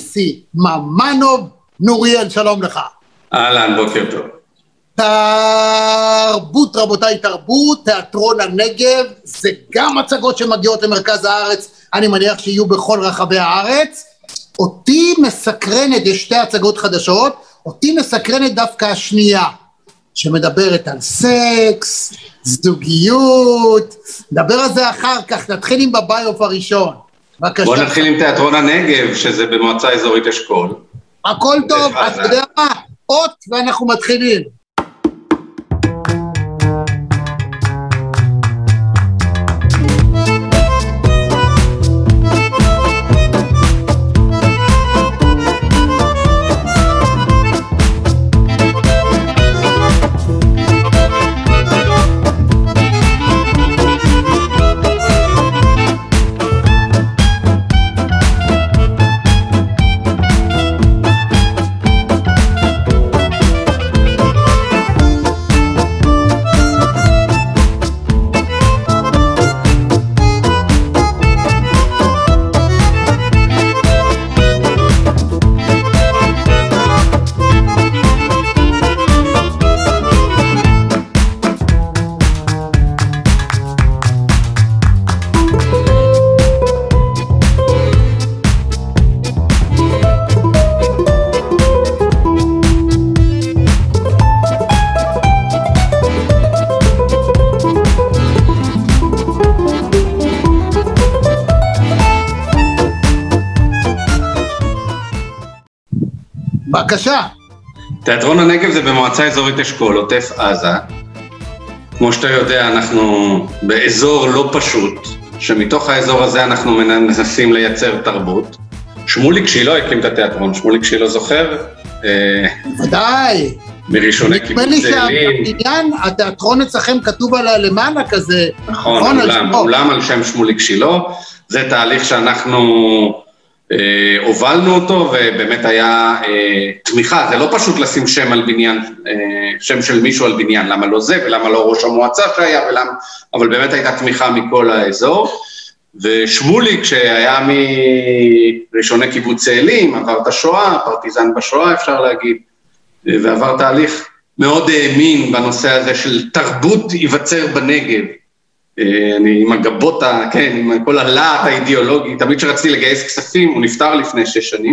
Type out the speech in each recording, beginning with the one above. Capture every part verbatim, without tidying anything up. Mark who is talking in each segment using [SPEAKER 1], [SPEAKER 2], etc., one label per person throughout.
[SPEAKER 1] ניסי ממנוב. נוריאל, שלום לך.
[SPEAKER 2] אהלן, בוקר טוב.
[SPEAKER 1] תרבות, רבותיי, תרבות, תיאטרון הנגב, זה גם הצגות שמגיעות למרכז הארץ, אני מניח שיהיו בכל רחבי הארץ. אותי מסקרנת, יש שתי הצגות חדשות, אותי מסקרנת דווקא השנייה, שמדברת על סקס, זוגיות, נדבר על זה אחר כך, נתחיל עם בביוף הראשון. בבקשה.
[SPEAKER 2] בוא נתחיל עם תיאטרון הנגב, שזה במועצה אזורית אשכול.
[SPEAKER 1] הכל טוב, אתה יודע מה? אות ואנחנו מתחילים. בבקשה.
[SPEAKER 2] תיאטרון הנגב זה במועצה אזורית אשכול, עוטף עזה. כמו שאתה יודע, אנחנו באזור לא פשוט, שמתוך האזור הזה אנחנו מנסים לייצר תרבות. שמוליק שילו הקים את התיאטרון, שמוליק שילו זוכר?
[SPEAKER 1] ודאי.
[SPEAKER 2] מראשוני קיבוץ צאלים.
[SPEAKER 1] נדמה לי שהתיאטרון אצלכם כתוב עליה למעלה כזה.
[SPEAKER 2] נכון, אולם על שם שמוליק שילו. זה תהליך שאנחנו הובלנו אותו, ובאמת היה תמיכה. זה לא פשוט לשים שם על בניין, שם של מישהו על בניין, למה לא זה ולמה לא ראש המועצה שהיה, ולמה, אבל באמת הייתה תמיכה מכל האזור. ושמוליק שהיה מראשוני קיבוץ צאלים, עבר את השואה, פרטיזן בשואה אפשר להגיד, ועבר תהליך מאוד האמין בנושא הזה של תרבות ייווצר בנגב. אני עם הגבות, כן, עם כל הלהט האידיאולוגי, תמיד שרציתי לגייס כספים, הוא נפטר לפני שש שנים,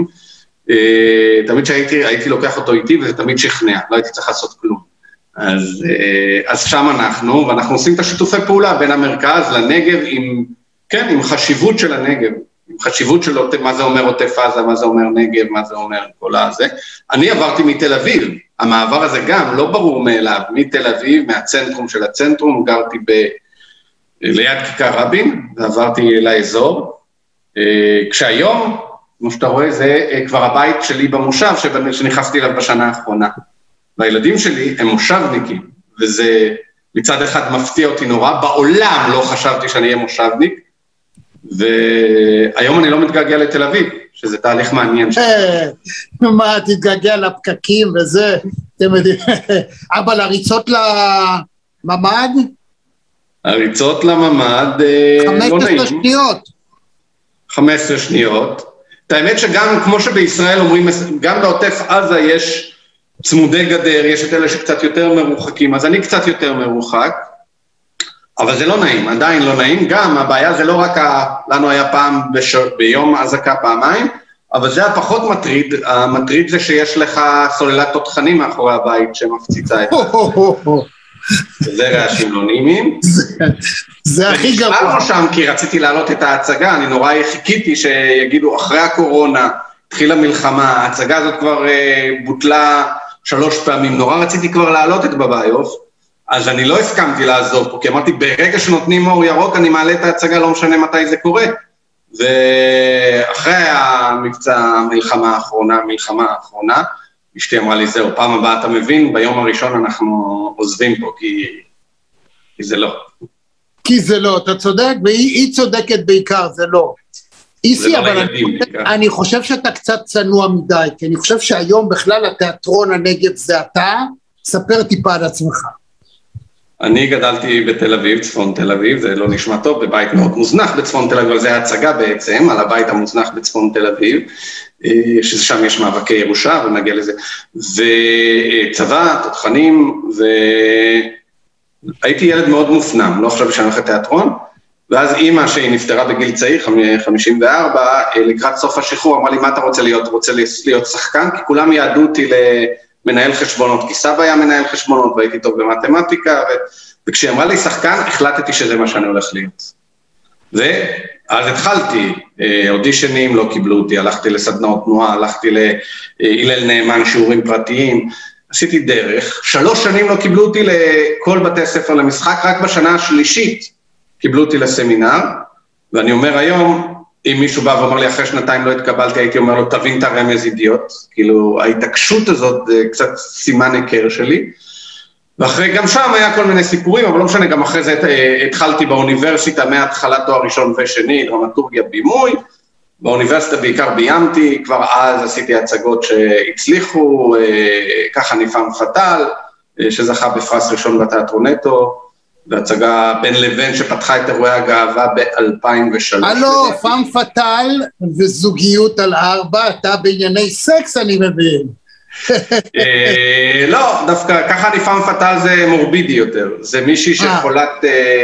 [SPEAKER 2] תמיד שהייתי הייתי לוקח אותו איתי, וזה תמיד שכנע, לא הייתי צריך לעשות כלום. אז, אז שם אנחנו, ואנחנו עושים את השיתופי פעולה בין המרכז לנגב, עם, כן, עם חשיבות של הנגב, עם חשיבות של מה זה אומר עוטף עזה, מה זה אומר נגב, מה זה אומר כל הזה. אני עברתי מתל אביב, המעבר הזה גם לא ברור מאליו, מתל אביב, מהצנטרום של הצנטרום, גרתי ב... ליד כיכר רבין, ועברתי לאזור, כשהיום, כמו שאתה רואה, זה כבר הבית שלי במושב, שנכנסתי אליו בשנה האחרונה. והילדים שלי הם מושבניקים, וזה מצד אחד מפתיע אותי נורא, בעולם לא חשבתי שאני אהיה מושבניק, והיום אני לא מתגעגע לתל אביב, שזה תהליך מעניין.
[SPEAKER 1] מה, תתגעגע לפקקים וזה, אתם יודעים, אבל הריצות לממ"ד?
[SPEAKER 2] הריצות לממ"ד לא נעים.
[SPEAKER 1] חמש עשרה שניות.
[SPEAKER 2] חמש עשרה שניות. את האמת שגם, כמו שבישראל אומרים, גם בעוטף עזה יש צמודי גדר, יש את אלה שקצת יותר מרוחקים, אז אני קצת יותר מרוחק, אבל זה לא נעים, עדיין לא נעים. גם הבעיה זה לא רק, ה... לנו היה פעם בש... ביום אזעקה פעמיים, אבל זה הפחות מטריד, המטריד זה שיש לך סוללת תותחנים מאחורי הבית שמפציצה את זה. זה רעשים לא נעימים.
[SPEAKER 1] זה הכי גרוע.
[SPEAKER 2] ונשארנו שם כי רציתי להעלות את ההצגה, אני נורא חיכיתי שיגידו אחרי הקורונה, התחילה מלחמה, ההצגה הזאת כבר בוטלה שלוש פעמים, נורא רציתי כבר להעלות את בביוף, אז אני לא הסכמתי לעזוב פה, כי אמרתי ברגע שנותנים אור ירוק אני מעלה את ההצגה, לא משנה מתי זה קורה. ואחרי המבצע המלחמה האחרונה, המלחמה האחרונה, אשתי אמרה לי, זהו, פעם הבאה אתה מבין, ביום הראשון אנחנו עוזבים פה, כי, כי זה לא.
[SPEAKER 1] כי זה לא, אתה צודק, והיא צודקת בעיקר, זה לא. איסי, אבל אני, אני חושב שאתה קצת צנוע מדי, כי אני חושב שהיום בכלל התיאטרון הנגב זה אתה, ספר טיפה על עצמך.
[SPEAKER 2] אני גדלתי בתל אביב, צפון תל אביב, זה לא נשמע טוב, בבית מאוד מוזנח בצפון תל אביב, אבל זה הצגה בעצם, על הבית המוזנח בצפון תל אביב, שזה שם יש מאבקי ירושה, ונגיע לזה, וצבא, תותחנים, והייתי ילד מאוד מופנם, לא חושב שאני הולך לתיאטרון, ואז אימא שהיא נפטרה בגיל צעיר, חמישים וארבע, לקראת סוף השחרור, אמרה לי, מה אתה רוצה להיות? רוצה להיות שחקן? כי כולם יעדו אותי למנהל חשבונות, כי סבא היה מנהל חשבונות, והייתי טוב במתמטיקה, וכשהיא אמרה לי שחקן, החלטתי שזה מה שאני הולך להיות. ואז התחלתי, אודישנים לא קיבלו אותי, הלכתי לסדנאות תנועה, הלכתי להילל נאמן, שיעורים פרטיים, עשיתי דרך, שלוש שנים לא קיבלו אותי לכל בתי ספר למשחק, רק בשנה השלישית קיבלו אותי לסמינר, ואני אומר היום, אם מישהו בא ואומר לי, אחרי שנתיים לא התקבלתי, הייתי אומר לו, תבין את הרמז אידיוט, כאילו ההתעקשות הזאת זה קצת סימן היכר שלי, ואחרי גם שם היה כל מיני סיפורים, אבל לא משנה, גם אחרי זה התחלתי באוניברסיטה, מההתחלת תואר ראשון ושני, דרמטורגיה בימוי, באוניברסיטה בעיקר ביימתי, כבר אז עשיתי הצגות שהצליחו, ככה ניפם פטל, שזכה בפרס ראשון בתיאטרון נטו, והצגה בין לבין שפתחה את אירועי הגאווה ב-אלפיים ושלוש.
[SPEAKER 1] הלו, פאם פטל וזוגיות על ארבע, אתה בענייני סקס אני מבין.
[SPEAKER 2] לא, דווקא ככה אני פאם פטל זה מורבידי יותר, זה מישהי שחולת,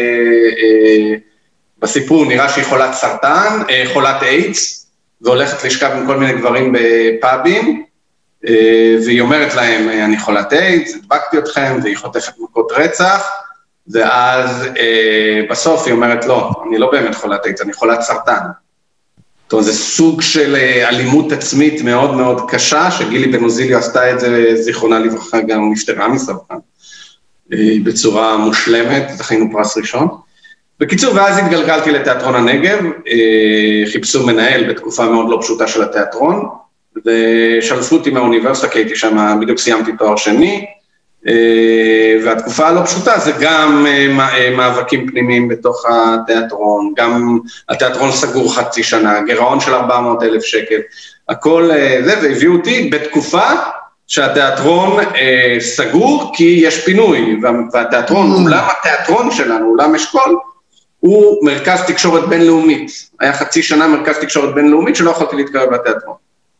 [SPEAKER 2] בסיפור נראה שהיא חולת סרטן, חולת איידס, והולכת לשכב עם כל מיני גברים בפאבים, והיא אומרת להם, אני חולת איידס, הדבקתי אתכם, והיא חוטפת מכות רצח, ואז אה, בסוף היא אומרת, לא, אני לא באמת חולת איידס, אני חולת סרטן. זאת אומרת, זה סוג של אה, אלימות עצמית מאוד מאוד קשה, שגילי בנוזיליו עשתה את זה, זיכרונה לברכה, גם נפטרה מסרטן, אה, בצורה מושלמת, זכינו פרס ראשון. בקיצור, ואז התגלגלתי לתיאטרון הנגב, אה, חיפשו מנהל בתקופה מאוד לא פשוטה של התיאטרון, ושלפו אותי מהאוניברסיטה, כי הייתי שם, בדיוק סיימתי תואר שני, והתקופה הלא פשוטה זה גם מאבקים פנימיים בתוך התיאטרון, גם התיאטרון סגור חצי שנה, גירעון של ארבע מאות אלף שקל, הכל זה, והביאו אותי בתקופה שהתיאטרון סגור כי יש פינוי, והתיאטרון, אולם התיאטרון שלנו, אולם אשכול, הוא מרכז תקשורת בינלאומית, היה חצי שנה מרכז תקשורת בינלאומית שלא יכולתי להתקרב לתיאטרון.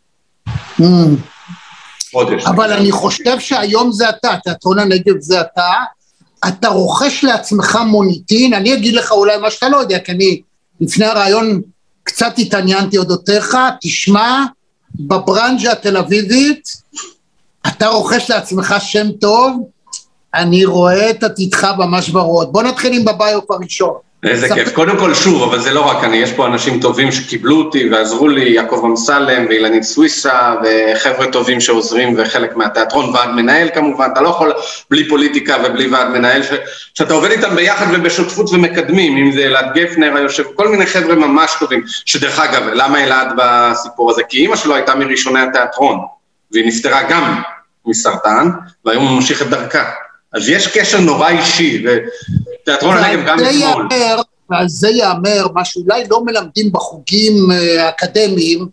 [SPEAKER 1] אבל אני חושב שהיום זה אתה, תיאטרון הנגב זה אתה, אתה רוכש לעצמך מוניטין, אני אגיד לך אולי מה שאתה לא יודע, כי אני לפני הרעיון קצת התעניינתי אודותיך, תשמע, בברנז'ה התל אביבית, אתה רוכש לעצמך שם טוב, אני רואה את עתידך ממש ורוד, בוא נתחיל עם בביוף הראשון.
[SPEAKER 2] איזה כיף, קודם כל שוב, אבל זה לא רק אני, יש פה אנשים טובים שקיבלו אותי ועזרו לי, יעקב אמסלם ואילנית סוויסה, וחבר'ה טובים שעוזרים וחלק מהתיאטרון, ועד מנהל כמובן, אתה לא יכול בלי פוליטיקה ובלי ועד מנהל, ש, שאתה עובד איתם ביחד ובשותפות ומקדמים, אם זה אלעד גפנר היושב, כל מיני חבר'ה ממש טובים, שדרך אגב, למה אלעד בסיפור הזה? כי אמא שלו הייתה מראשוני התיאטרון, והיא נפטרה גם מסרטן, והיום הוא ממשיך את דרכה. אז יש קשר נורא אישי, ותיאטרון הנגב גם אתמול.
[SPEAKER 1] ועל זה יאמר, מה שאולי לא מלמדים בחוגים האקדמיים,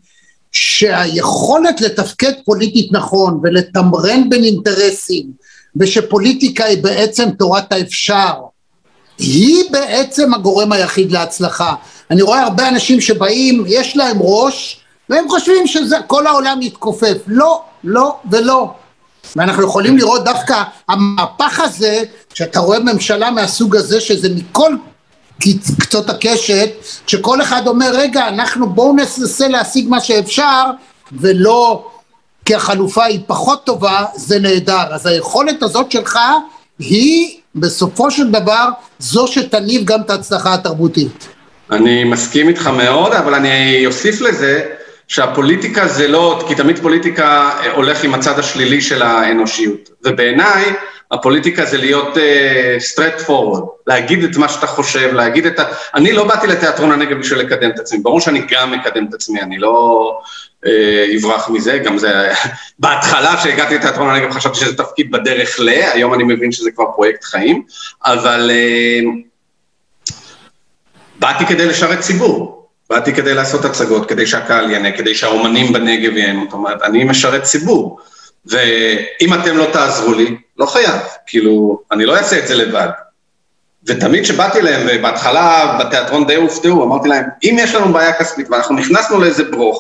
[SPEAKER 1] שהיכולת לתפקד פוליטית נכון, ולתמרן בין אינטרסים, ושפוליטיקה היא בעצם תורת האפשר, היא בעצם הגורם היחיד להצלחה. אני רואה הרבה אנשים שבאים, יש להם ראש, והם חושבים שכל העולם יתכופף. לא, לא ולא. ואנחנו יכולים לראות דווקא המהפך הזה, שאתה רואה ממשלה מהסוג הזה, שזה מכל קצות הקשת, שכל אחד אומר, רגע, אנחנו בואו ננסה להשיג מה שאפשר, ולא כי החלופה היא פחות טובה, זה נהדר. אז היכולת הזאת שלך, היא בסופו של דבר, זו שתניב גם את ההצלחה התרבותית.
[SPEAKER 2] אני מסכים איתך מאוד, אבל אני אוסיף לזה, שהפוליטיקה זה לא, כי תמיד פוליטיקה הולך עם הצד השלילי של האנושיות, ובעיניי הפוליטיקה זה להיות uh, straight forward, להגיד את מה שאתה חושב, להגיד את ה... אני לא באתי לתיאטרון הנגב בשביל לקדם את עצמי, ברור שאני גם מקדם את עצמי, אני לא uh, אברח מזה, גם זה, בהתחלה שהגעתי לתיאטרון הנגב חשבתי שזה תפקיד בדרך ל, היום אני מבין שזה כבר פרויקט חיים, אבל uh, באתי כדי לשרת ציבור, באתי כדי לעשות הצגות, כדי שהקהל ייהנה, כדי שהאומנים בנגב ייהנו, זאת אומרת, אני משרת ציבור, ואם אתם לא תעזרו לי, לא חייב, כאילו, אני לא אעשה את זה לבד. ותמיד שבאתי להם, ובהתחלה בתיאטרון די הופתעו, אמרתי להם, אם יש לנו בעיה כספית, ואנחנו נכנסנו לאיזה ברוך,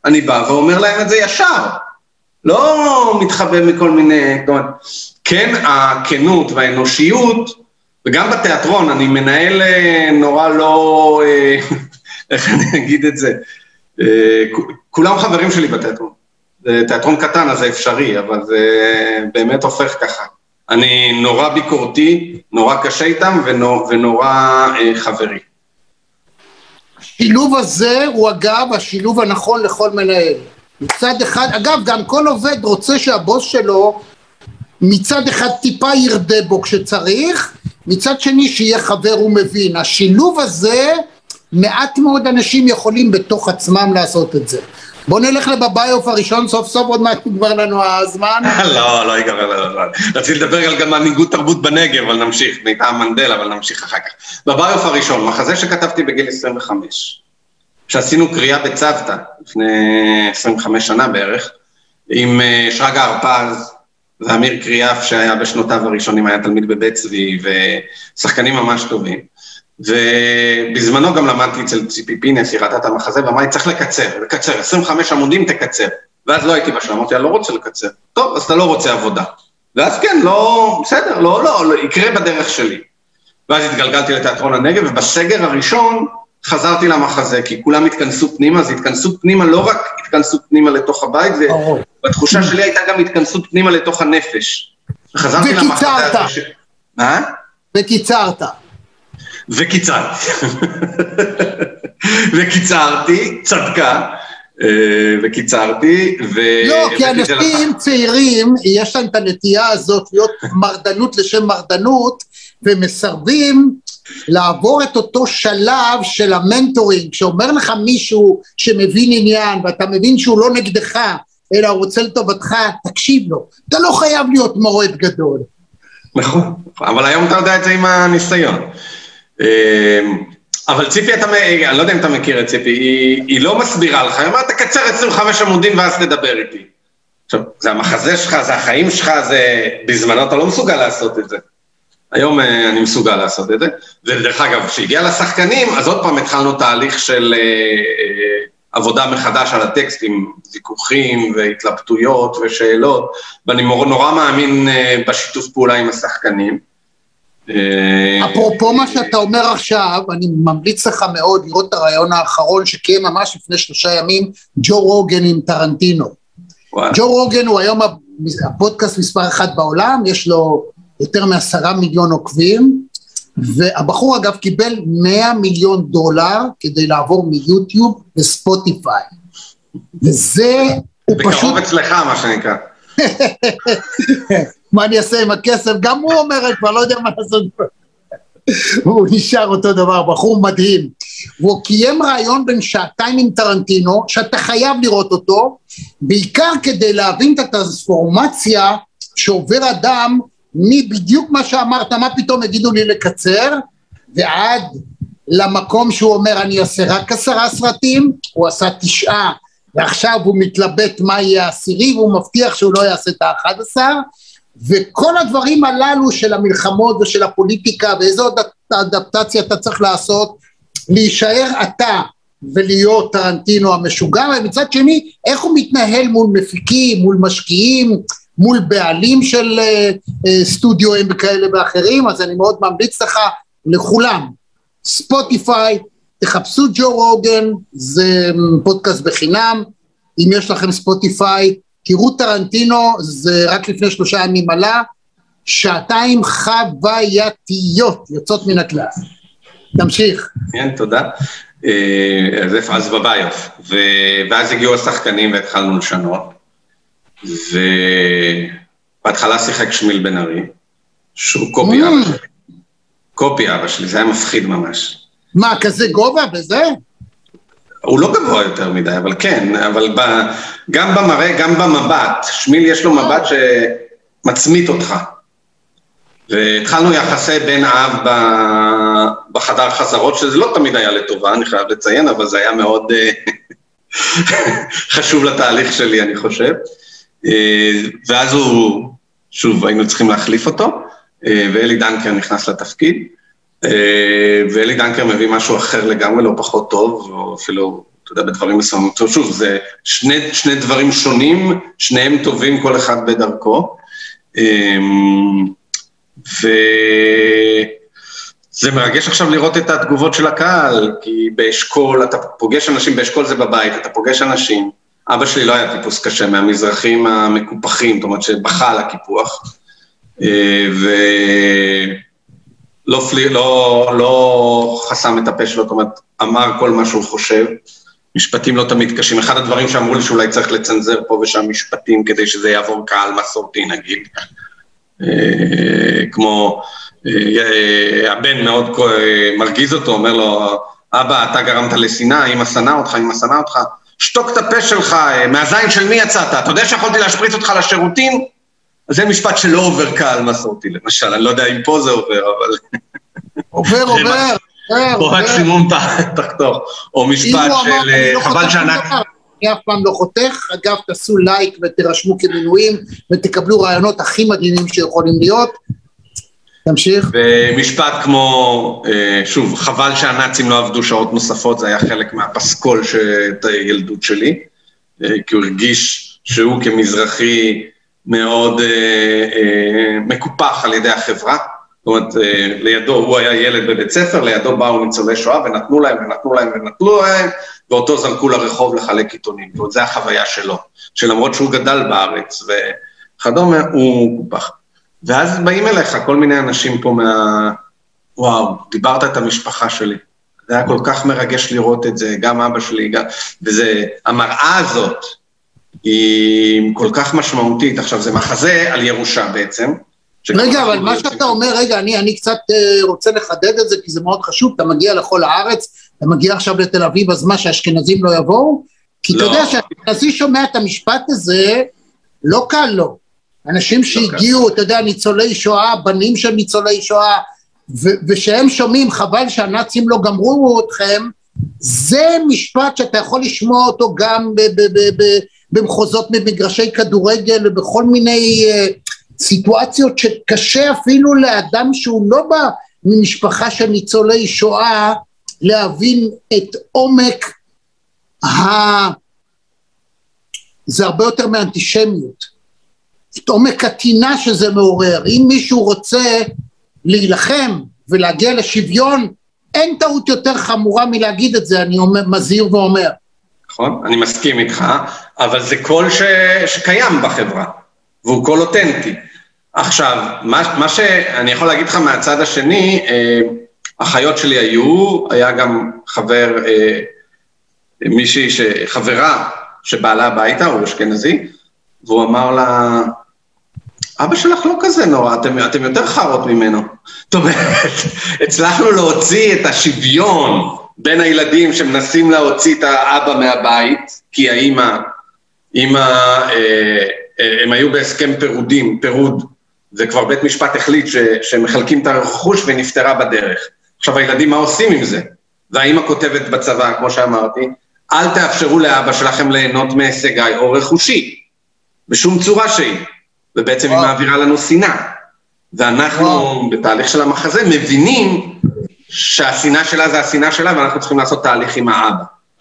[SPEAKER 2] אני בא ואומר להם את זה ישר, לא מתחבא מכל מיני, כן, הכנות והאנושיות, וגם בתיאטרון, אני מנהל נורא לא, איך אני אגיד את זה, כולם חברים שלי בתיאטרון, זה תיאטרון קטן, אז זה אפשרי, אבל זה באמת הופך ככה. אני נורא ביקורתי, נורא קשה איתם, ונורא, ונורא חברי.
[SPEAKER 1] השילוב הזה הוא אגב השילוב הנכון לכל מנהל. מצד אחד, אגב, גם כל עובד רוצה שהבוס שלו מצד אחד טיפה ירדה בו כשצריך, מצד שני שיהיה חבר ומבין. השילוב הזה, מעט מאוד אנשים יכולים בתוך עצמם לעשות את זה. בוא נלך לבביוף הראשון, סוף סוף עוד מעט נגמר לנו הזמן.
[SPEAKER 2] לא, לא ייגמר לנו הזמן. רציתי לדבר על גם מנהיגות תרבות בנגב, אבל נמשיך, מטעם מנדל, אבל נמשיך אחר כך. בביוף הראשון, מחזה שכתבתי בגיל עשרים וחמש, שעשינו קריאה בצוותא, לפני עשרים וחמש שנה בערך, עם שרגא הרפז, ואמיר קריאף שהיה בשנותיו הראשונים, היה תלמיד בבית צבי, ושחקנים ממש טובים. ובזמנו גם למדתי אצל ציפי פינס, היא ראתה את המחזה, ואמרה, צריך לקצר, לקצר, עשרים וחמש עמודים תקצר. ואז לא הייתי בשלם, אמרתי, אני לא רוצה לקצר. טוב, אז אתה לא רוצה עבודה. ואז כן, לא, בסדר, לא, לא, לא, יקרה בדרך שלי. ואז התגלגלתי לתיאטרון הנגב, ובסגר הראשון חזרתי למחזה, כי כולם התכנסו פנימה, אז התכנסות פנימה, לא רק התכנסות פנימה לתוך הבית, ובתחושה שלי הייתה גם התכנסות פנימה לתוך הנפש. וחזרתי למחזה הזה ש... מה?
[SPEAKER 1] וקיצרת.
[SPEAKER 2] וקיצרתי. וקיצרתי, צדקה, וקיצרתי, ו...
[SPEAKER 1] לא, כי אנשים צעירים, יש להם את הנטייה הזאת להיות מרדנות לשם מרדנות, ומסרבים לעבור את אותו שלב של המנטורינג, שאומר לך מישהו שמבין עניין, ואתה מבין שהוא לא נגדך, אלא הוא רוצה לטובתך, תקשיב לו. אתה לא חייב להיות מורד גדול.
[SPEAKER 2] נכון, אבל היום אתה יודע את זה עם הניסיון. אבל ציפי, אתה, אני לא יודע אם אתה מכיר את ציפי, היא, היא לא מסבירה לך, היא אומרת, תקצר עשרים וחמש עמודים ואז תדבר איתי. עכשיו, זה המחזה שלך, זה החיים שלך, זה בזמנו אתה לא מסוגל לעשות את זה. היום אני מסוגל לעשות את זה, ודרך אגב, כשהגיע לשחקנים, אז עוד פעם התחלנו תהליך של עבודה מחדש על הטקסט, עם ויכוחים והתלבטויות ושאלות, ואני נורא מאמין בשיתוף פעולה עם השחקנים.
[SPEAKER 1] אפרופו מה שאתה אומר עכשיו, אני ממליץ לך מאוד לראות את הרעיון האחרון שקיים ממש לפני שלושה ימים, ג'ו רוגן עם טרנטינו. ג'ו רוגן הוא היום הפודקאסט מספר אחת בעולם, יש לו יותר מעשרה מיליון עוקבים, והבחור אגב קיבל מאה מיליון דולר כדי לעבור מיוטיוב לספוטיפיי. וזה הוא פשוט...
[SPEAKER 2] בקרוב אצלך מה שנקרא.
[SPEAKER 1] מה אני אעשה עם הכסף? גם הוא אומר, כבר לא יודע מה לעשות. הוא נשאר אותו דבר, בחור מדהים. והוא קיים רעיון בין שעתיים עם טרנטינו, שאתה חייב לראות אותו, בעיקר כדי להבין את הטרנספורמציה שעובר אדם, מבדיוק מה שאמרת, מה פתאום יגידו לי לקצר, ועד למקום שהוא אומר, אני אעשה רק עשרה סרטים, הוא עשה תשעה, ועכשיו הוא מתלבט מה יהיה העשירי, והוא מבטיח שהוא לא יעשה את האחד עשר, וכל הדברים הללו של המלחמות ושל הפוליטיקה, ואיזו אדפטציה אתה צריך לעשות, להישאר אתה ולהיות טרנטינו המשוגע, ומצד שני, איך הוא מתנהל מול מפיקים, מול משקיעים, מול בעלים של סטודיואים וכאלה ואחרים, אז אני מאוד ממליץ לך לכולם, ספוטיפיי, תחפשו ג'ו רוגן, זה פודקאסט בחינם, אם יש לכם ספוטיפיי, תראו טרנטינו, זה רק לפני שלושה ימים עלה, שעתיים חווייתיות, יוצאות מן הכלל. תמשיך.
[SPEAKER 2] כן, תודה. אז בביוף, ואז הגיעו השחקנים והתחלנו לשנות, ובהתחלה שיחק שמיל בן ארי, שהוא קופי אבא שלי, קופי אבא שלי, זה היה מפחיד ממש.
[SPEAKER 1] מה, כזה גובה בזה?
[SPEAKER 2] הוא לא גבוה יותר מדי, אבל כן, אבל גם במראה, גם במבט, שמיל יש לו מבט שמצמית אותך. והתחלנו יחסי בין אב בחדר חזרות, שזה לא תמיד היה לטובה, אני חייב לציין, אבל זה היה מאוד חשוב לתהליך שלי, אני חושב. ואז הוא, שוב, היינו צריכים להחליף אותו, ואלי דנקר נכנס לתפקיד, ואלי דנקר מביא משהו אחר לגמרי, לא פחות טוב, או אפילו אתה יודע, בדברים מסוימים, שוב, זה שני, שני דברים שונים, שניהם טובים כל אחד בדרכו, וזה מרגש עכשיו לראות את התגובות של הקהל, כי באשכול, אתה פוגש אנשים, באשכול זה בבית, אתה פוגש אנשים, אבא שלי לא היה טיפוס קשה, מהמזרחים המקופחים, זאת אומרת שבכה על הקיפוח, ו... לא, פלי, לא, לא חסם את הפה שלו, זאת אומרת, אמר כל מה שהוא חושב, משפטים לא תמיד קשים. אחד הדברים שאמרו לי שאולי צריך לצנזר פה ושם משפטים כדי שזה יעבור קהל מסורתי, נגיד. כמו, הבן מאוד מרגיז אותו, אומר לו, אבא, אתה גרמת לשנאה, אמא שנאה אותך, אמא שנאה אותך, שתוק את הפה שלך, מהזין של מי יצאת? אתה יודע שיכולתי להשפריץ אותך לשירותים? זה משפט שלא עובר קהל מסורתי, למשל, אני לא יודע אם פה זה עובר, אבל...
[SPEAKER 1] עובר, עובר,
[SPEAKER 2] פה מקסימום תחתוך, או משפט של חבל שענק...
[SPEAKER 1] אני אף פעם לא חותך, אגב, תעשו לייק ותרשמו כמנויים, ותקבלו רעיונות הכי מדהימים שיכולים להיות. תמשיך.
[SPEAKER 2] ומשפט כמו, שוב, חבל שהנאצים לא עבדו שעות נוספות, זה היה חלק מהפסקול של הילדות שלי, כי הוא הרגיש שהוא כמזרחי מאוד מקופח על ידי החברה, זאת אומרת, לידו, הוא היה ילד בבית ספר, לידו באו ניצולי שואה, ונתנו להם, ונתנו להם, ונתנו להם, ואותו זרקו לרחוב לחלק עיתונים, זאת זה החוויה שלו, שלמרות שהוא גדל בארץ, וכדומה, הוא קופח. ואז באים אליך כל מיני אנשים פה מה... וואו, דיברת את המשפחה שלי, זה היה כל כך מרגש לראות את זה, גם אבא שלי, גם... וזה, המראה הזאת, היא כל כך משמעותית, עכשיו זה מחזה על ירושה בעצם,
[SPEAKER 1] רגע, אבל מה שאתה אומר, רגע, אני, אני קצת uh, רוצה לחדד את זה, כי זה מאוד חשוב, אתה מגיע לכל הארץ, אתה מגיע עכשיו לתל אביב, אז מה, שהאשכנזים לא יבואו? כי לא. אתה יודע שהאשכנזי שומע את המשפט הזה, לא קל לו. אנשים לא שהגיעו, קל. אתה יודע, ניצולי שואה, בנים של ניצולי שואה, ו- ושהם שומעים, חבל שהנאצים לא גמרו אתכם, זה משפט שאתה יכול לשמוע אותו גם ב- ב- ב- ב- במחוזות במגרשי כדורגל, ובכל מיני... Uh, סיטואציות שקשה אפילו לאדם שהוא לא בא ממשפחה של ניצולי שואה להבין את עומק ה... זה הרבה יותר מאנטישמיות, את עומק הטינה שזה מעורר. אם מישהו רוצה להילחם ולהגיע לשוויון, אין טעות יותר חמורה מלהגיד את זה, אני אומר, מזהיר ואומר.
[SPEAKER 2] נכון, אני מסכים איתך, אבל זה קול ש... שקיים בחברה. והוא קול אותנטי. עכשיו, מה, מה שאני יכול להגיד לך מהצד השני, אה, החיות שלי היו, היה גם חבר, אה, מישהי, ש, חברה שבעלה הביתה, הוא אשכנזי, והוא אמר לה, אבא שלך לא כזה נורא, אתם, אתם יותר חרות ממנו. זאת אומרת, הצלחנו להוציא את השוויון בין הילדים שמנסים להוציא את האבא מהבית, כי האמא, אמא, אה, הם היו בהסכם פירודים, פירוד, וכבר בית משפט החליט ש, שמחלקים את הרכוש ונפטרה בדרך. עכשיו הילדים מה עושים עם זה? והאמא כותבת בצבא, כמו שאמרתי, אל תאפשרו לאבא שלכם ליהנות מהישגי או רכושי, בשום צורה שהיא, ובעצם היא מעבירה לנו שנאה. ואנחנו בתהליך של המחזה מבינים שהשנאה שלה זה השנאה שלה, ואנחנו צריכים לעשות תהליך עם האבא.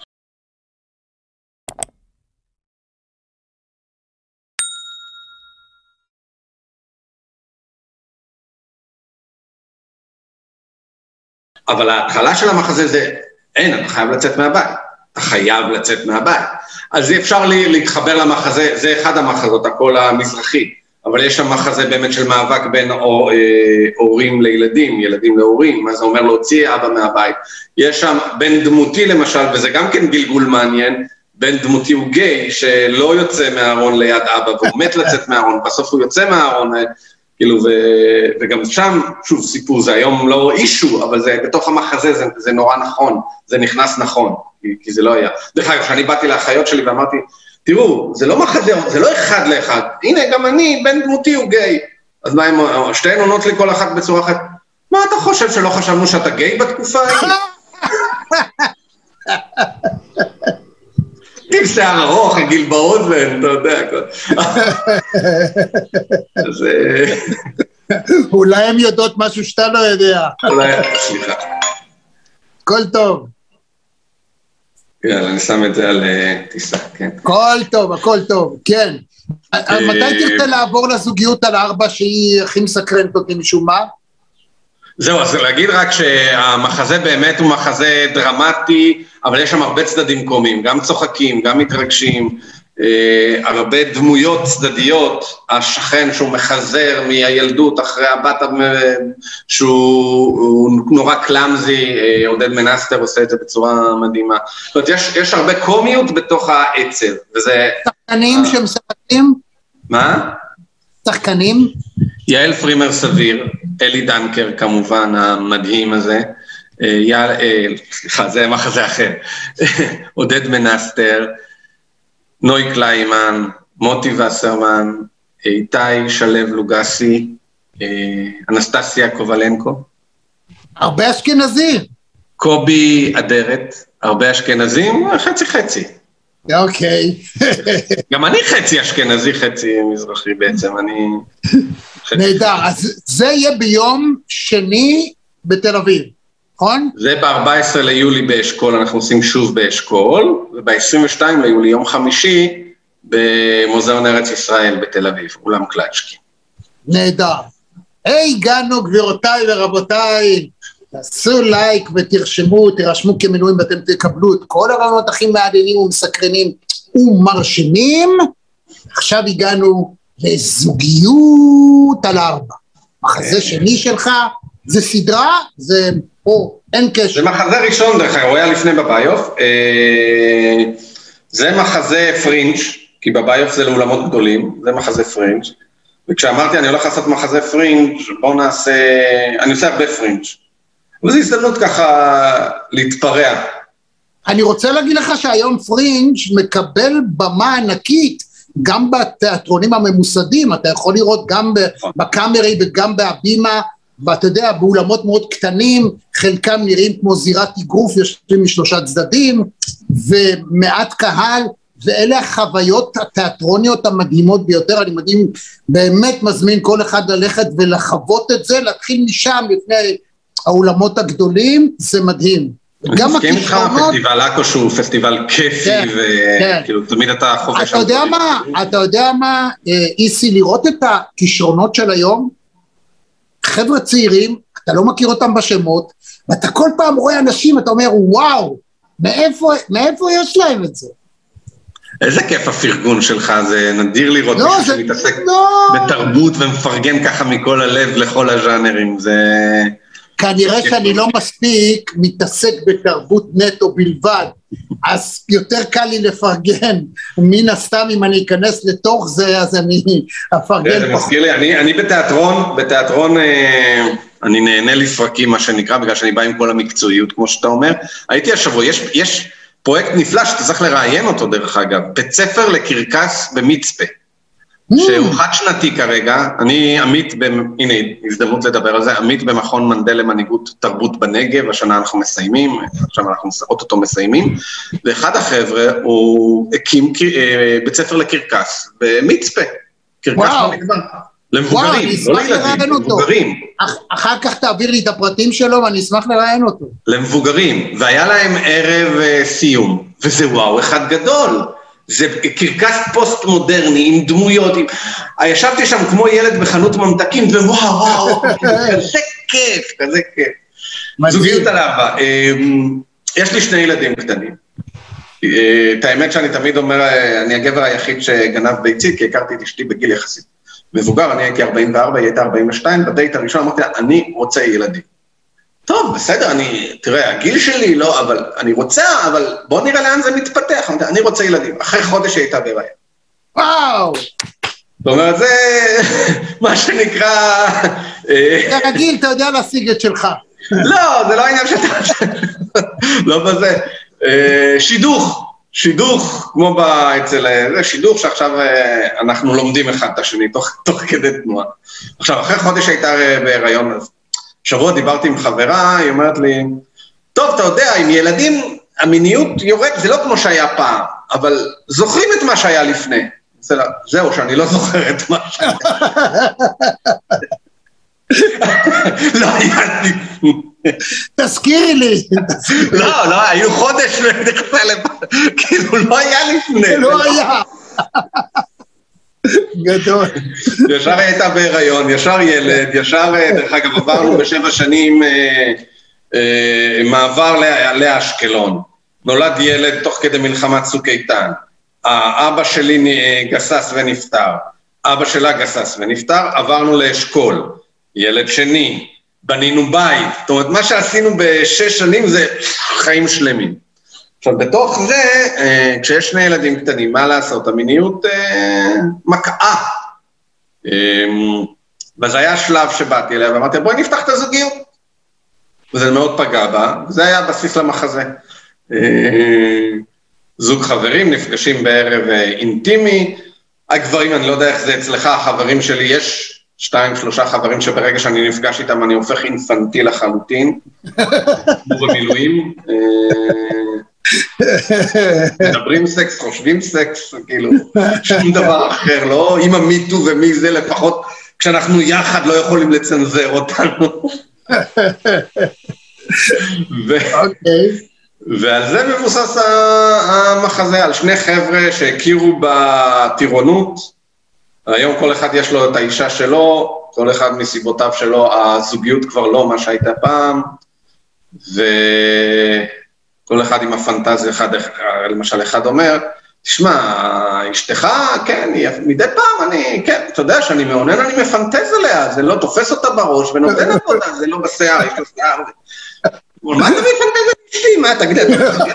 [SPEAKER 2] אבל ההתחלה של המחזה זה, אין, אתה חייב לצאת מהבית, אתה חייב לצאת מהבית. אז אי אפשר לי להתחבר למחזה, זה אחד המחזות, הכל המזרחי, אבל יש שם מחזה באמת של מאבק בין או, אה, הורים לילדים, ילדים להורים, מה זה אומר להוציא אבא מהבית. יש שם בין דמותי למשל, וזה גם כן גלגול מעניין, בין דמותי הוא גיי, שלא יוצא מהארון ליד אבא, והוא מת לצאת מהארון, בסוף הוא יוצא מהארון, כאילו, ו... וגם שם, שוב, סיפור, זה היום לא אישו, אבל זה, בתוך המחזה זה, זה נורא נכון, זה נכנס נכון, כי, כי זה לא היה. דרך אגב, כשאני באתי לאחיות שלי ואמרתי, תראו, זה לא מחזה, זה לא אחד לאחד, הנה, גם אני, בן דמותי הוא גיי. אז מה, הם, שתיהן עונות לי כל אחת בצורה אחת, מה אתה חושב, שלא חשבנו שאתה גיי בתקופה ההיא? עם שיער ארוך, הגיל באוזן, אתה יודע, אז...
[SPEAKER 1] אולי הם יודעות משהו שאתה לא יודע.
[SPEAKER 2] אולי, סליחה.
[SPEAKER 1] כל טוב.
[SPEAKER 2] יאללה, אני שם את זה על טיסה, כן.
[SPEAKER 1] הכל טוב, הכל טוב, כן. מתי תרצה לעבור לזוגיות על ארבע שהיא הכי מסקרנת אותי משום מה?
[SPEAKER 2] זהו, אז להגיד רק שהמחזה באמת הוא מחזה דרמטי, אבל יש שם הרבה צדדים קומיים, גם צוחקים, גם מתרגשים, הרבה דמויות צדדיות, השכן שהוא מחזר מהילדות אחרי הבת שהוא נורא קלאמזי, עודד מנסטר עושה את זה בצורה מדהימה. זאת אומרת, יש, יש הרבה קומיות בתוך העצב, וזה...
[SPEAKER 1] שחקנים שמשחקים?
[SPEAKER 2] מה?
[SPEAKER 1] שחקנים?
[SPEAKER 2] יעל פרימר סביר, אלי דנקר כמובן המדהים הזה, יעל, סליחה, זה מחזה אחר, עודד מנסטר, נוי קליימן, מוטי וסרמן, איתי שלב לוגסי, אנסטסיה קובלנקו.
[SPEAKER 1] הרבה אשכנזים.
[SPEAKER 2] קובי אדרת, הרבה אשכנזים, חצי חצי.
[SPEAKER 1] אוקיי.
[SPEAKER 2] גם אני חצי אשכנזי, חצי מזרחי בעצם, אני...
[SPEAKER 1] נהדר, אז זה יהיה ביום שני בתל אביב, נכון?
[SPEAKER 2] זה ב-ארבעה עשר ליולי באשכול, אנחנו עושים שוב באשכול, וב-עשרים ושניים ליולי, יום חמישי, במוזיאון ארץ ישראל בתל אביב, אולם קלצ'קי.
[SPEAKER 1] נהדר. היי, הגענו גבירותיי ורבותיי, תעשו לייק ותרשמו, תירשמו כמנויים ואתם תקבלו את כל הרעיונות הכי מעניינים ומסקרנים ומרשימים. עכשיו הגענו לזוגיות על ארבע. מחזה שני שלך, זה סדרה, זה פה, אין קשר.
[SPEAKER 2] זה מחזה ראשון דרך אגב, הוא היה לפני בביוף, זה מחזה פרינג', כי בביוף זה לאולמות גדולים, זה מחזה פרינג', וכשאמרתי אני הולך לעשות מחזה פרינג', בואו נעשה, אני עושה הרבה פרינג', וזו הזדמנות ככה להתפרע.
[SPEAKER 1] אני רוצה להגיד לך שהיום פרינג' מקבל במה ענקית, גם בתיאטרונים הממוסדים, אתה יכול לראות גם בקאמרי וגם בהבימה, ואתה יודע, באולמות מאוד קטנים, חלקם נראים כמו זירת אגרוף, יושבים משלושה צדדים, ומעט קהל, ואלה החוויות התיאטרוניות המדהימות ביותר, אני מדהים, באמת מזמין כל אחד ללכת ולחוות את זה, להתחיל משם לפני האולמות הגדולים, זה מדהים.
[SPEAKER 2] אני מסכים איתך, פסטיבל אקו שהוא פסטיבל כיפי, וכאילו תמיד אתה חובש...
[SPEAKER 1] אתה יודע מה, אתה יודע מה, איסי, לראות את הכישרונות של היום, חבר'ה צעירים, אתה לא מכיר אותם בשמות, ואתה כל פעם רואה אנשים, אתה אומר, וואו, מאיפה, מאיפה יש להם את זה?
[SPEAKER 2] איזה כיף הפרגון שלך, זה נדיר לראות
[SPEAKER 1] לא,
[SPEAKER 2] מישהו
[SPEAKER 1] זה...
[SPEAKER 2] שמתעסק
[SPEAKER 1] לא.
[SPEAKER 2] בתרבות ומפרגן ככה מכל הלב לכל הז'אנרים, זה...
[SPEAKER 1] כנראה שאני לא מספיק מתעסק בתרבות נטו בלבד, אז יותר קל לי לפרגן, מן הסתם אם אני אכנס לתוך זה, אז אני אפרגן.
[SPEAKER 2] זה מזכיר לי, אני, אני בתיאטרון, בתיאטרון אני נהנה לפרקים מה שנקרא, בגלל שאני בא עם כל המקצועיות, כמו שאתה אומר. הייתי השבוע, יש, יש פרויקט נפלא שאתה צריך לראיין אותו דרך אגב, בית ספר לקרקס במצפה. שהוא חד שנתי כרגע, אני עמית, הנה הזדמנות לדבר על זה, עמית במכון מנדל למנהיגות תרבות בנגב, השנה אנחנו מסיימים, עכשיו אנחנו אוטוטו מסיימים, ואחד החבר'ה הוא הקים בית ספר לקרקס במצפה, קרקס במגוון, למבוגרים, לא לילדים, למבוגרים.
[SPEAKER 1] אחר כך תעביר לי את הפרטים שלו ואני אשמח לראיין אותו.
[SPEAKER 2] למבוגרים, והיה להם ערב סיום, וזה וואו אחד גדול, זה קרקס פוסט מודרני, עם דמויות, עם... ישבתי שם כמו ילד בחנות ממתקים, ווואו, וואו, כזה כיף, כזה כיף. זוגיות על ארבע. יש לי שני ילדים קטנים. את האמת שאני תמיד אומר, אני הגבר היחיד שגנב ביצית, כי הכרתי את אשתי בגיל יחסית. מבוגר, אני הייתי ארבעים וארבע, היא הייתה ארבעים ושתיים, בדייט הראשון אמרתי לה, אני רוצה ילדים. טוב, בסדר, אני, תראה, הגיל שלי לא, אבל אני רוצה, אבל בוא נראה לאן זה מתפתח, אני רוצה ילדים. אחרי חודש הייתה בהיריון.
[SPEAKER 1] וואו!
[SPEAKER 2] זאת אומרת, זה מה שנקרא...
[SPEAKER 1] זה רגיל, אתה יודע להשיג את שלך.
[SPEAKER 2] לא, זה לא העניין שאתה... לא בזה. שידוך, שידוך, כמו אצל... זה שידוך שעכשיו אנחנו לומדים אחד את השני, תוך כדי תנועה. עכשיו, אחרי חודש הייתה בהיריון, אז... שבוע דיברתי עם חברה, היא אומרת לי, טוב, אתה יודע, עם ילדים, המיניות יורד, זה לא כמו שהיה פעם, אבל זוכרים את מה שהיה לפני. זהו, שאני לא זוכר את מה שהיה. לא היה לי...
[SPEAKER 1] תזכירי לי.
[SPEAKER 2] לא, לא, היו חודש ונכנסה לבד, כאילו לא היה לפני.
[SPEAKER 1] לא היה. גדול.
[SPEAKER 2] ישר הייתה בהיריון, ישר ילד, ישר, דרך אגב, עברנו בשבע שנים מעבר לאשקלון. נולד ילד תוך כדי מלחמת צוק איתן. האבא שלי גסס ונפטר. אבא שלה גסס ונפטר, עברנו לאשכול. ילד שני, בנינו בית. זאת אומרת, מה שעשינו בשש שנים זה חיים שלמים. עכשיו, בתוך זה, כשיש שני ילדים קטנים, מה לעשות? המיניות מקעה. וזה היה שלב שבאתי אליה, ואמרתי, בואי נפתח את הזוגיות. וזה מאוד פגע בה, וזה היה בסיס למחזה. זוג חברים, נפגשים בערב אינטימי, הגברים, אני לא יודע איך זה אצלך, החברים שלי, יש שתיים, שלושה חברים שברגע שאני נפגש איתם, אני הופך אינפנטי לחלוטין, כמו במילואים, מדברים סקס, חושבים סקס, כאילו, שום דבר אחר, לא עם המיטו ומי זה, לפחות כשאנחנו יחד לא יכולים לצנזר אותנו.
[SPEAKER 1] אוקיי.
[SPEAKER 2] ועל זה מבוסס המחזה, על שני חבר'ה שהכירו בטירונות, היום כל אחד יש לו את האישה שלו, כל אחד מסיבותיו שלו, הזוגיות כבר לא מה שהייתה פעם, וכל אחד עם הפנטזיה, אחד, למשל אחד אומר, תשמע, אשתך, כן, מדי פעם אני, כן, אתה יודע שאני מעונן, אני מפנטז עליה, זה לא תופס אותה בראש ונותן אותה, זה לא בשיער, יש לו שיער. מה אתה מפנטז על אשתי? מה, תגיד, אתה מתגלגל?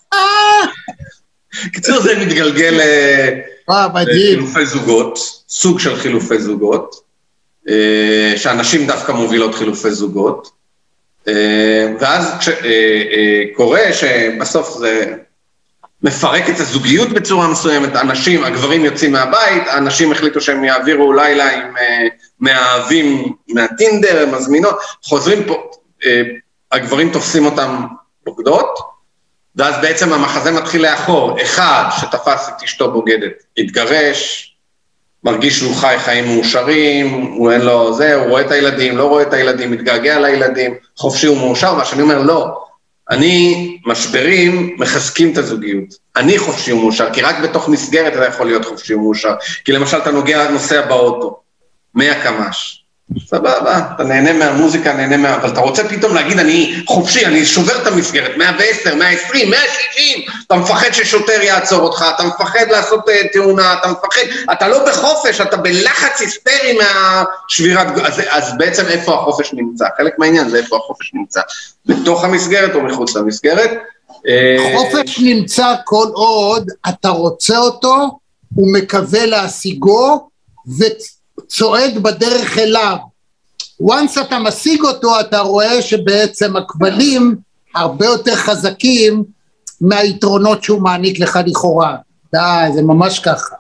[SPEAKER 2] קיצור, זה מתגלגל לחילופי זוגות, סוג של חילופי זוגות, שאנשים דווקא מובילות חילופי זוגות, ואז קורה שבסוף זה מפרק את הזוגיות בצורה מסוימת, האנשים, הגברים יוצאים מהבית, האנשים החליטו שהם יעבירו לילה עם מהאהבים מהטינדר, מזמינות, חוזרים פה, הגברים תופסים אותם בוגדות, ואז בעצם המחזה מתחיל לאחור, אחד שתפס את אשתו בוגדת, התגרש, מרגיש שהוא חי חיים מאושרים, הוא אין לו זה, הוא רואה את הילדים, לא רואה את הילדים, מתגעגע לילדים, חופשי ומאושר, מה שאני אומר, לא, אני, משברים, מחזקים את הזוגיות, אני חופשי ומאושר, כי רק בתוך מסגרת אתה יכול להיות חופשי ומאושר, כי למשל אתה נוגע, נוסע באוטו, מאה קמ"ש, סבבה, אתה נהנה מהמוזיקה, נהנה מה... אבל אתה רוצה פתאום להגיד, אני חופשי, אני שובר את המסגרת, מאה ועשר, מאה ועשרים, מאה ושישים, אתה מפחד ששוטר יעצור אותך, אתה מפחד לעשות uh, תאונה, אתה מפחד, אתה לא בחופש, אתה בלחץ היסטרי מהשבירת... אז, אז בעצם איפה החופש נמצא? חלק מהעניין זה איפה החופש נמצא, בתוך המסגרת או מחוץ למסגרת.
[SPEAKER 1] חופש נמצא כל עוד אתה רוצה אותו, הוא מקווה להשיגו, ו... צועד בדרך אליו. once אתה משיג אותו, אתה רואה שבעצם הכבלים הרבה יותר חזקים מהיתרונות שהוא מעניק לך לכאורה. די, זה ממש ככה.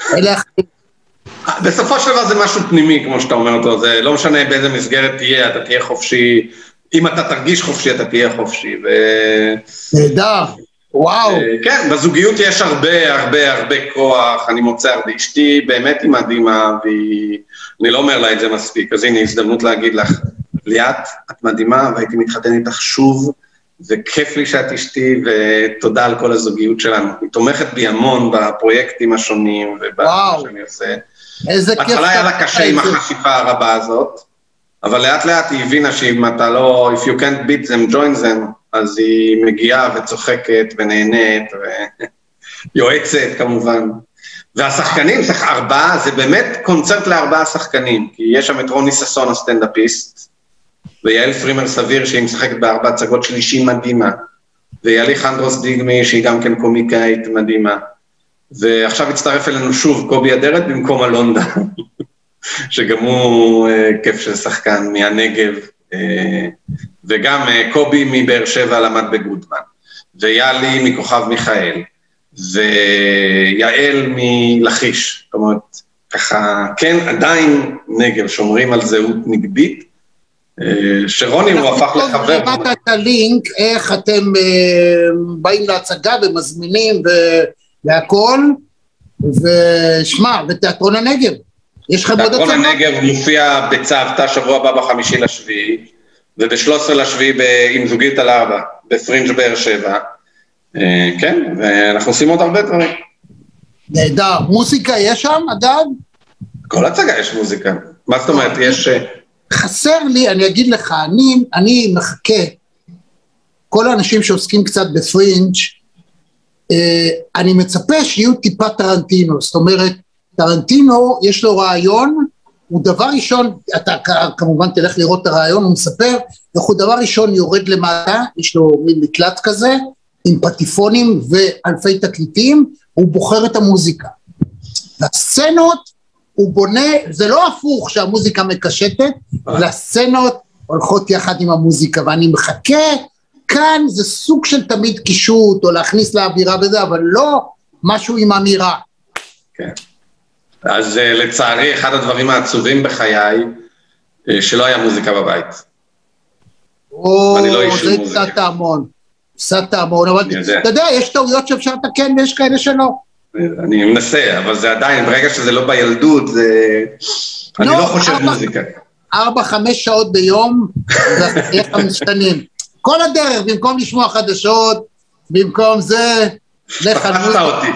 [SPEAKER 2] בסופו של דבר זה משהו פנימי, כמו שאתה אומר אותו, זה לא משנה באיזה מסגרת תהיה, אתה תהיה חופשי, אם אתה תרגיש חופשי, אתה תהיה חופשי.
[SPEAKER 1] נהדר. וואו.
[SPEAKER 2] כן, בזוגיות יש הרבה, הרבה, הרבה כוח, אני מוצא הרבה, אשתי באמת היא מדהימה, ואני לא אומר לה את זה מספיק, אז הנה הזדמנות להגיד לך, ליאת, את מדהימה, והייתי מתחתן איתך שוב, וכיף לי שאת אשתי, ותודה על כל הזוגיות שלנו, היא תומכת בי המון בפרויקטים השונים, ובמה שאני עושה.
[SPEAKER 1] איזה כיף.
[SPEAKER 2] בהתחלה היה לה קשה עם החשיפה הרבה הזאת, אבל לאט לאט היא הבינה שאם אתה לא, if you can't beat them, join them, אז היא מגיעה וצוחקת ונהנית ויועצת כמובן. והשחקנים, ארבעה, זה באמת קונצרט לארבעה שחקנים, כי יש שם את רוני ססון הסטנדאפיסט, ויעל פרימר סביר שהיא משחקת בארבע הצגות שלישי מדהימה, ויאלי חנדרוס דיגמי שהיא גם כן קומיקאית מדהימה, ועכשיו הצטרף אלינו שוב קובי אדרת במקום אלונדה, שגם הוא כיף של שחקן מהנגב, וגם קובי מבאר שבע למד בגודמן, ויאלי מכוכב מיכאל, ויעל מלחיש, זאת אומרת, ככה, כן, עדיין נגב, שומרים על זהות נגבית, שרוני הוא הפך לחבר.
[SPEAKER 1] אנחנו נראה את הלינק, איך אתם באים להצגה ומזמינים והכל, ושמע, ותיאטרון הנגב. יש לכם עוד
[SPEAKER 2] תיאטרון
[SPEAKER 1] הצגות?
[SPEAKER 2] הנגב מופיע בצוותא שבוע הבא בחמישי לשביעי, וב-שלושה עשר לשביעי עם זוגית על ארבע, בפרינג' באר שבע. כן, ואנחנו עושים עוד הרבה דברים.
[SPEAKER 1] נהדר. מוזיקה יש שם, אגב?
[SPEAKER 2] כל הצגה יש מוזיקה. מה זאת אומרת, יש...
[SPEAKER 1] חסר לי, אני אגיד לך, אני, אני מחכה, כל האנשים שעוסקים קצת בפרינג', אה, אני מצפה שיהיו טיפה טרנטינו, זאת אומרת, טרנטינו יש לו רעיון, הוא דבר ראשון, אתה כמובן תלך לראות את הרעיון, הוא מספר, איך הוא דבר ראשון יורד למטה, יש לו מין מקלט כזה, עם פטיפונים ואלפי תקליטים, הוא בוחר את המוזיקה. לסצנות, הוא בונה, זה לא הפוך שהמוזיקה מקשטת, לסצנות הולכות יחד עם המוזיקה, ואני מחכה, כאן זה סוג של תמיד קישוט, או להכניס לאווירה וזה, אבל לא משהו עם אמירה.
[SPEAKER 2] כן. אז לצערי, אחד הדברים העצובים בחיי, שלא היה מוזיקה בבית.
[SPEAKER 1] או,
[SPEAKER 2] אני לא איש של
[SPEAKER 1] זה
[SPEAKER 2] מוזיקה.
[SPEAKER 1] קצת המון, קצת המון, אבל אתה יודע, יש טעויות שאפשר לתקן, ויש כאלה שלא.
[SPEAKER 2] אני מנסה, אבל זה עדיין, ברגע שזה לא בילדות, זה... אני לא חושב מוזיקה.
[SPEAKER 1] ארבע, חמש שעות ביום, ואיך המשתנים. כל הדרך, במקום לשמוע חדשות, במקום זה, לך על מוזיקה.
[SPEAKER 2] אותי.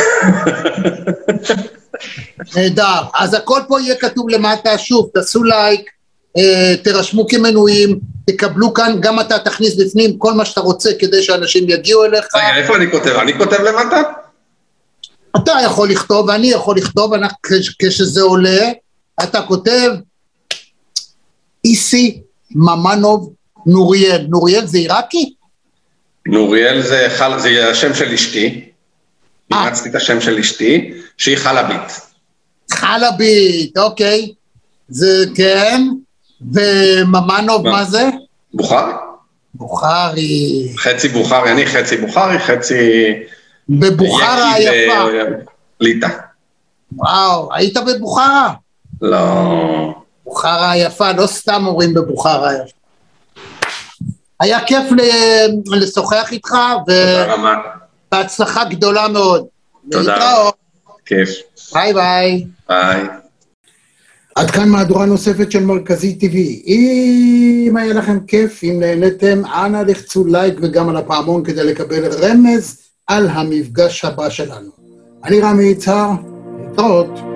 [SPEAKER 1] נהדר. אז הכל פה יהיה כתוב למטה, שוב, תעשו לייק, תרשמו כמנויים, תקבלו כאן, גם אתה תכניס בפנים כל מה שאתה רוצה, כדי שאנשים יגיעו אליך.
[SPEAKER 2] רגע, איפה אני כותב? אני כותב למטה?
[SPEAKER 1] אתה יכול לכתוב, ואני יכול לכתוב, כשזה עולה, אתה כותב, איסי ממנוב נוריאל. נוריאל זה עיראקי?
[SPEAKER 2] נוריאל זה, חל... זה השם של אשתי, אימצתי את השם של אשתי, שהיא חלבית.
[SPEAKER 1] חלבית, אוקיי. זה כן, וממנוב מה זה?
[SPEAKER 2] בוכרי.
[SPEAKER 1] בוכרי.
[SPEAKER 2] חצי בוכרי, אני חצי בוכרי, חצי...
[SPEAKER 1] בבוכרה היפה.
[SPEAKER 2] ליטה.
[SPEAKER 1] וואו, היית בבוכרה?
[SPEAKER 2] לא.
[SPEAKER 1] בוכרה היפה, לא סתם אומרים בבוכרה היפה. היה כיף לשוחח איתך, ובהצלחה גדולה מאוד.
[SPEAKER 2] תודה. כיף.
[SPEAKER 1] ביי ביי.
[SPEAKER 2] ביי.
[SPEAKER 1] עד כאן מהדורה נוספת של מרכזי טבעי. אם היה לכם כיף, אם נהנתם, אנא לחצו לייק וגם על הפעמון כדי לקבל רמז על המפגש הבא שלנו. אני רמי יצהר, להתראות.